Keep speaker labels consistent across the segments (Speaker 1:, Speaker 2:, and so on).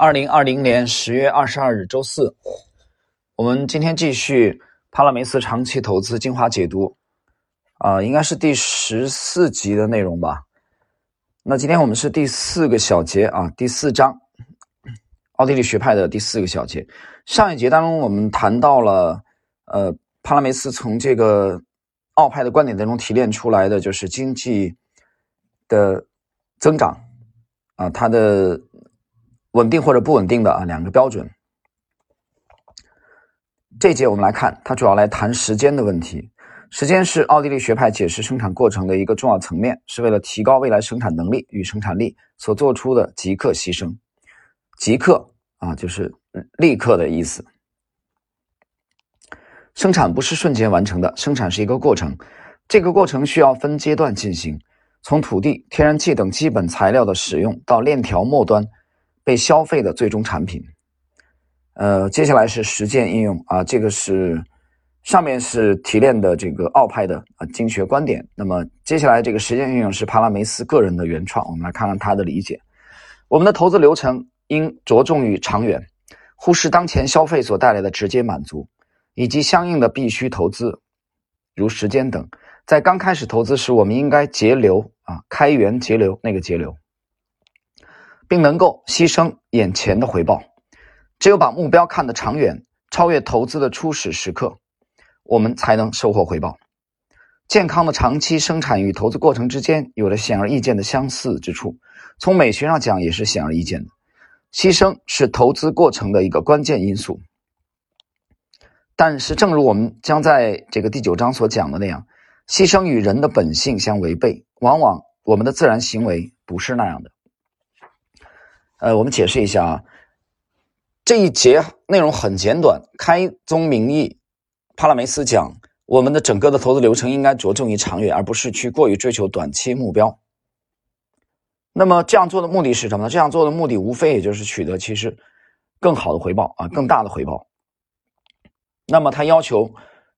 Speaker 1: 2020年10月22日周四，我们今天继续帕拉梅斯长期投资精华解读，应该是第14集的内容吧。那今天我们是第4个小节第4章，奥地利学派的第4个小节。上一节当中我们谈到了帕拉梅斯从这个奥派的观点当中提炼出来的就是经济的增长它的稳定或者不稳定的两个标准。这一节我们来看，它主要来谈时间的问题。时间是奥地利学派解释生产过程的一个重要层面，是为了提高未来生产能力与生产力所做出的即刻牺牲。即刻就是立刻的意思。生产不是瞬间完成的，生产是一个过程，这个过程需要分阶段进行，从土地、天然气等基本材料的使用到链条末端被消费的最终产品。接下来是实践应用这个是上面是提炼的这个奥派的经学观点。那么接下来这个实践应用是帕拉梅斯个人的原创，我们来看看他的理解。我们的投资流程应着重于长远，忽视当前消费所带来的直接满足，以及相应的必须投资，如时间等。在刚开始投资时，我们应该节流开源节流那个节流，并能够牺牲眼前的回报。只有把目标看得长远，超越投资的初始时刻，我们才能收获回报。健康的长期生产与投资过程之间有着显而易见的相似之处，从美学上讲也是显而易见的。牺牲是投资过程的一个关键因素。但是正如我们将在这个第9章所讲的那样，牺牲与人的本性相违背，往往我们的自然行为不是那样的。我们解释一下这一节内容很简短，开宗明义，帕拉梅斯讲我们的整个的投资流程应该着重于长远，而不是去过于追求短期目标。那么这样做的目的是什么呢？这样做的目的无非也就是取得其实更好的回报更大的回报。那么他要求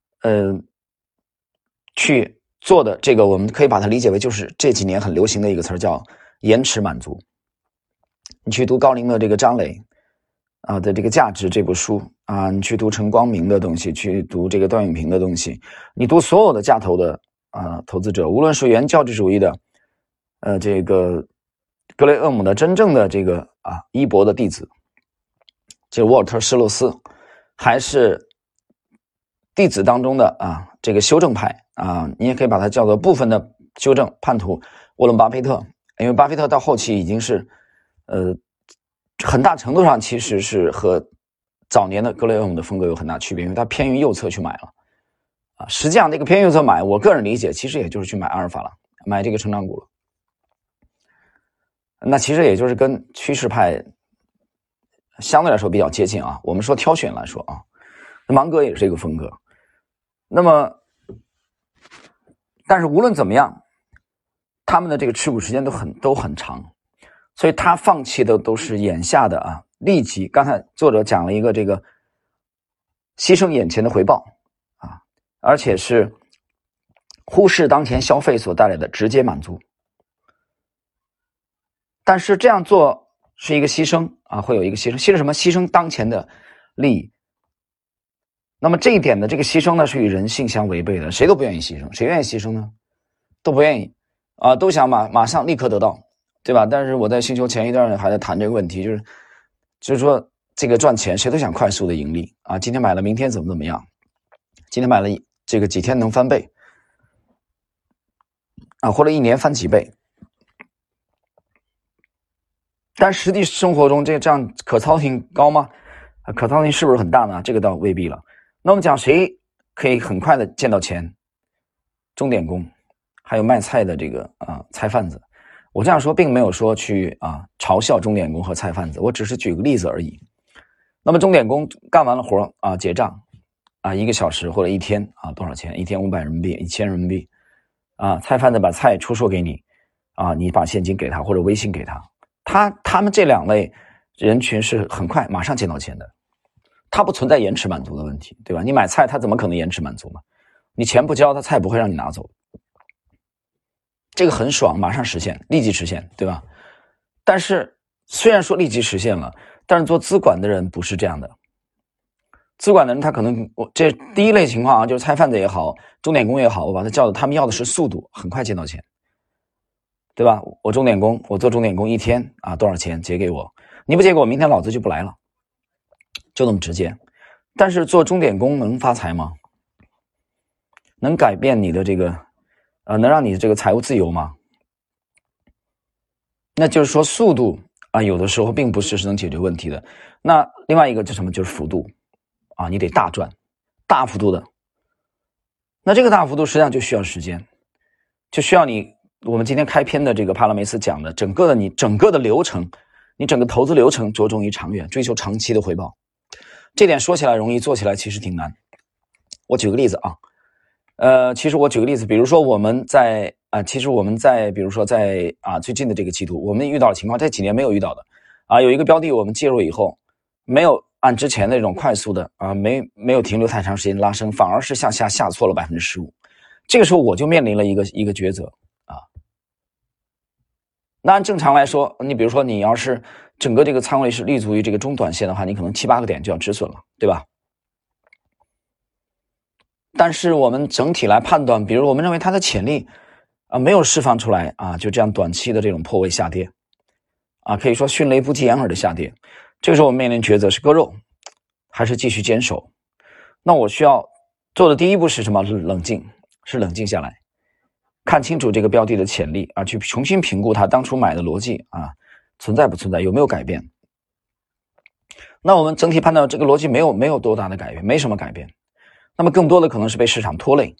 Speaker 1: 去做的这个，我们可以把它理解为就是这几年很流行的一个词叫延迟满足。你去读高龄的这个张磊的这个价值这部书你去读陈光明的东西，去读这个段永平的东西，你读所有的价投的投资者，无论是原教旨主义的这个格雷厄姆的真正的这个伊博的弟子，就是沃尔特施洛斯，还是弟子当中的这个修正派你也可以把它叫做部分的修正叛徒沃伦巴菲特。因为巴菲特到后期已经是很大程度上其实是和早年的格雷厄姆的风格有很大区别，因为他偏于右侧去买了实际上这个偏右侧买，我个人理解其实也就是去买阿尔法了，买这个成长股了。那其实也就是跟趋势派相对来说比较接近我们说挑选来说芒格也是这个风格。那么但是无论怎么样，他们的这个持股时间都很长，所以他放弃的都是眼下的立即。刚才作者讲了一个这个牺牲眼前的回报而且是忽视当前消费所带来的直接满足。但是这样做是一个牺牲会有一个牺牲什么？牺牲当前的利益。那么这一点的这个牺牲呢，是与人性相违背的，谁都不愿意牺牲。谁愿意牺牲呢？都不愿意都想马上立刻得到，对吧？但是我在星球前一段还在谈这个问题，就是说这个赚钱谁都想快速的盈利今天买了明天怎么样，今天买了这个几天能翻倍或者一年翻几倍。但实际生活中这样可操性高吗？可操性是不是很大呢？这个倒未必了。那我们讲谁可以很快的见到钱？钟点工，还有卖菜的这个菜贩子。我这样说并没有说去嘲笑钟点工和菜贩子，我只是举个例子而已。那么钟点工干完了活结账1个小时或者一天多少钱？一天500人民币，1000人民币菜贩子把菜出售给你你把现金给他或者微信给他们这两类人群是很快马上见到钱的，他不存在延迟满足的问题，对吧？你买菜他怎么可能延迟满足呢？你钱不交，他菜不会让你拿走，这个很爽，马上实现，立即实现，对吧？但是虽然说立即实现了，但是做资管的人不是这样的。资管的人他可能，这第一类情况啊，就是菜贩子也好，钟点工也好，我把他叫的，他们要的是速度，很快见到钱，对吧？我钟点工，我做钟点工一天啊多少钱结给我，你不结给我，明天老子就不来了，就那么直接。但是做钟点工能发财吗？能改变你的这个能让你这个财务自由吗？那就是说速度啊，有的时候并不是能解决问题的。那另外一个就是什么？就是幅度啊，你得大赚，大幅度的。那这个大幅度实际上就需要时间，就需要我们今天开篇的这个帕拉梅斯讲的整个的流程，你整个投资流程着重于长远，追求长期的回报。这点说起来容易，做起来其实挺难。我举个例子啊，其实我举个例子，比如说我们在比如说在最近的这个季度，我们遇到的情况，这几年没有遇到的有一个标的我们介入以后，没有按之前那种快速的没有停留太长时间拉升，反而是向下下挫了15%。这个时候我就面临了一个抉择啊。那按正常来说，你比如说你要是整个这个仓位是立足于这个中短线的话，你可能7、8个点就要止损了，对吧？但是我们整体来判断，比如我们认为它的潜力没有释放出来就这样短期的这种破位下跌可以说迅雷不及掩耳的下跌。这个时候我们面临抉择，是割肉还是继续坚守？那我需要做的第一步是什么？冷静下来，看清楚这个标的的潜力去重新评估它当初买的逻辑存在不存在，有没有改变？那我们整体判断这个逻辑没有多大的改变，没什么改变，那么更多的可能是被市场拖累。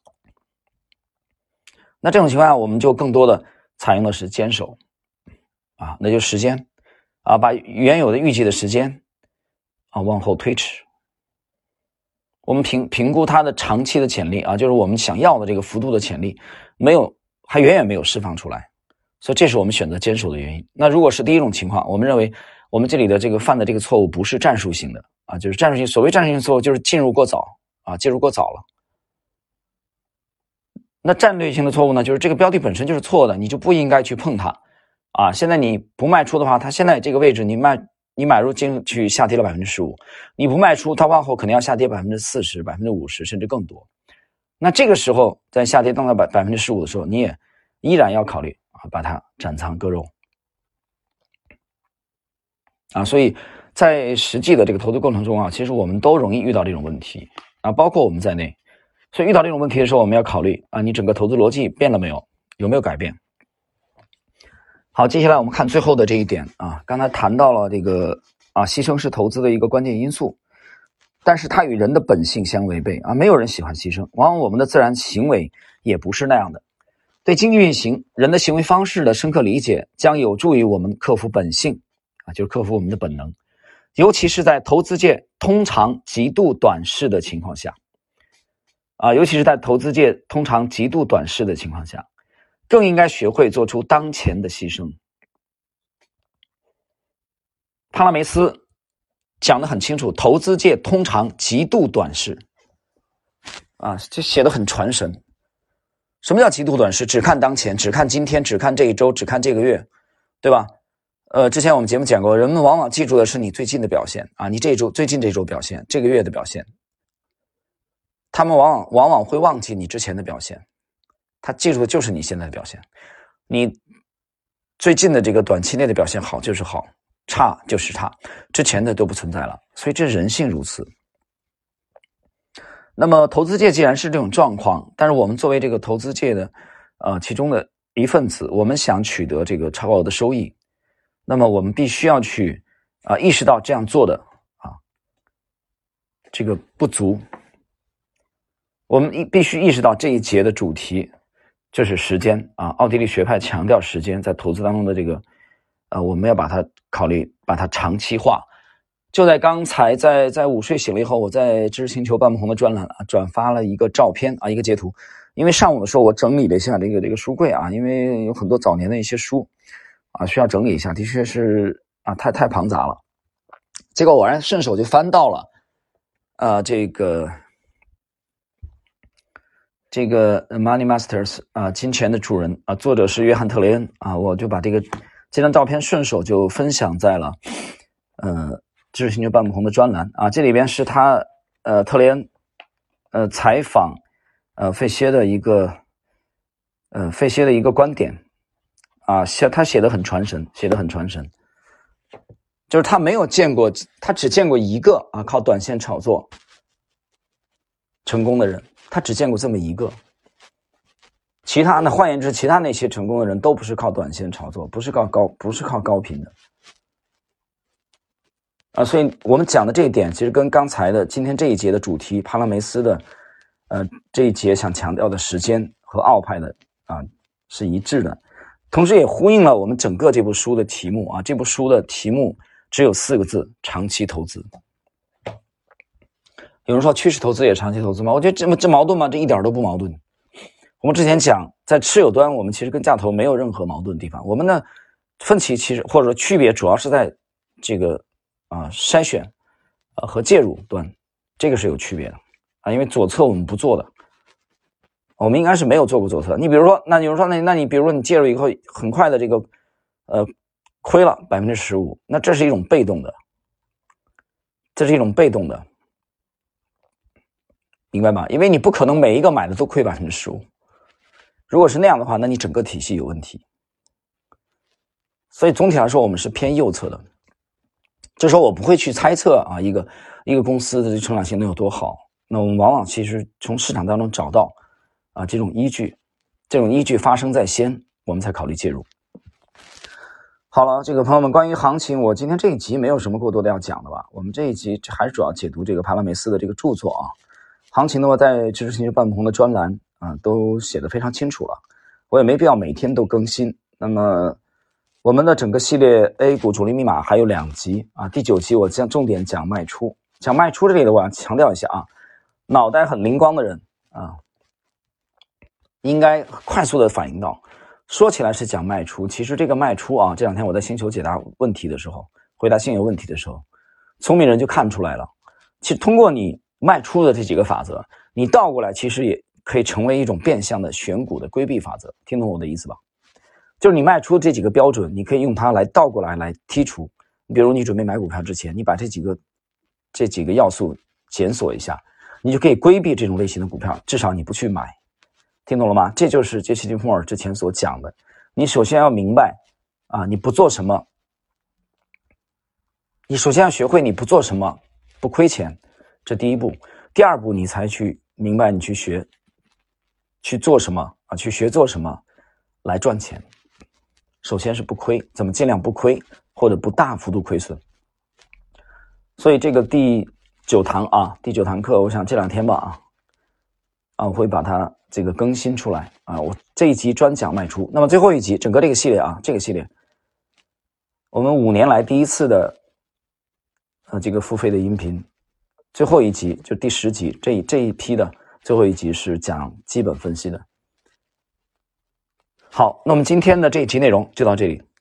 Speaker 1: 那这种情况下，我们就更多的采用的是坚守那就时间把原有的预计的时间往后推迟。我们评估它的长期的潜力就是我们想要的这个幅度的潜力还远远没有释放出来，所以这是我们选择坚守的原因。那如果是第一种情况，我们认为我们这里的这个犯的这个错误不是战术性的就是战术性，所谓战术性错误就是介入过早了。那战略性的错误呢，就是这个标的本身就是错的，你就不应该去碰它现在你不卖出的话，它现在这个位置你买入进去下跌了15%，你不卖出，它往后肯定要下跌40%、50%甚至更多。那这个时候在下跌到15%的时候，你也依然要考虑把它斩仓割肉所以在实际的这个投资过程中其实我们都容易遇到这种问题包括我们在内。所以遇到这种问题的时候，我们要考虑你整个投资逻辑变了没有，有没有改变。好，接下来我们看最后的这一点刚才谈到了这个牺牲是投资的一个关键因素，但是它与人的本性相违背没有人喜欢牺牲，往往我们的自然行为也不是那样的。对经济运行、人的行为方式的深刻理解，将有助于我们克服本性就是克服我们的本能，尤其是在投资界通常极度短视的情况下更应该学会做出当前的牺牲。帕拉梅斯讲得很清楚，投资界通常极度短视这写得很传神。什么叫极度短视？只看当前，只看今天，只看这一周，只看这个月，对吧？之前我们节目讲过，人们往往记住的是你最近的表现你最近这周表现，这个月的表现。他们往往会忘记你之前的表现，他记住的就是你现在的表现。你最近的这个短期内的表现好就是好，差就是差，之前的都不存在了。所以这人性如此。那么投资界既然是这种状况，但是我们作为这个投资界的其中的一份子，我们想取得这个超额的收益，那么我们必须要去意识到这样做的这个不足。我们必须意识到这一节的主题就是时间奥地利学派强调时间在投资当中的这个我们要把它考虑，把它长期化。就在刚才在午睡醒了以后，我在知识星球半不红的专栏转发了一个照片一个截图。因为上午的时候我整理了一下这个书柜因为有很多早年的一些书需要整理一下，的确是太庞杂了。结果我顺手就翻到了这个 Money Masters 金钱的主人作者是约翰特雷恩我就把这个这张照片顺手就分享在了知识星球半不红的专栏啊。这里边是他特雷恩采访费歇的一个观点啊，他写得很传神，就是他没有见过，他只见过一个啊靠短线炒作成功的人，他只见过这么一个。其他呢，换言之，其他那些成功的人都不是靠短线炒作，不是靠高频的啊。所以我们讲的这一点，其实跟刚才的今天这一节的主题帕拉梅斯的这一节想强调的时间和奥派的啊是一致的，同时也呼应了我们整个这部书的题目啊。这部书的题目只有4个字：长期投资。有人说趋势投资也长期投资吗？我觉得这矛盾吗？这一点都不矛盾。我们之前讲，在持有端，我们其实跟价投没有任何矛盾的地方。我们的分歧其实或者说区别，主要是在这个筛选和介入端，这个是有区别的啊。因为左侧我们不做的，我们应该是没有做过左侧。你比如说，那有人说，那你比如说你介入以后，很快的这个亏了15%，那这是一种被动的，明白吗？因为你不可能每一个买的都亏15%。如果是那样的话，那你整个体系有问题。所以总体来说，我们是偏右侧的。这时候我不会去猜测啊，一个公司的成长性能有多好。那我们往往其实从市场当中找到啊这种依据发生在先，我们才考虑介入。好了，这个朋友们，关于行情，我今天这一集没有什么过多的要讲的吧？我们这一集还是主要解读这个帕拉梅斯的这个著作啊。行情的话，在知识星球半不红的专栏都写得非常清楚了，我也没必要每天都更新。那么我们的整个系列 A 股主力密码还有2集啊，第9集我将重点讲卖出。讲卖出这里的我要强调一下啊，脑袋很灵光的人啊，应该快速的反应到，说起来是讲卖出，其实这个卖出啊，这2天我在星球解答问题的时候，回答星友问题的时候，聪明人就看出来了。其实通过你卖出的这几个法则，你倒过来其实也可以成为一种变相的选股的规避法则，听懂我的意思吧？就是你卖出这几个标准，你可以用它来倒过来来剔除。比如你准备买股票之前，你把这几个要素检索一下，你就可以规避这种类型的股票，至少你不去买。听懂了吗？这就是杰西·利弗莫尔之前所讲的，你首先要明白啊，你不做什么，你首先要学会你不做什么不亏钱，这第一步。第2步，你才去明白你去做什么啊，去学做什么来赚钱。首先是不亏，怎么尽量不亏或者不大幅度亏损。所以这个第9堂课，我想这2天吧我会把它这个更新出来啊。我这一集专讲卖出，那么最后一集整个这个系列我们5年来第一次的这个付费的音频，最后一集就第10集，这一批的最后一集是讲基本分析的。好，那我们今天的这一集内容就到这里。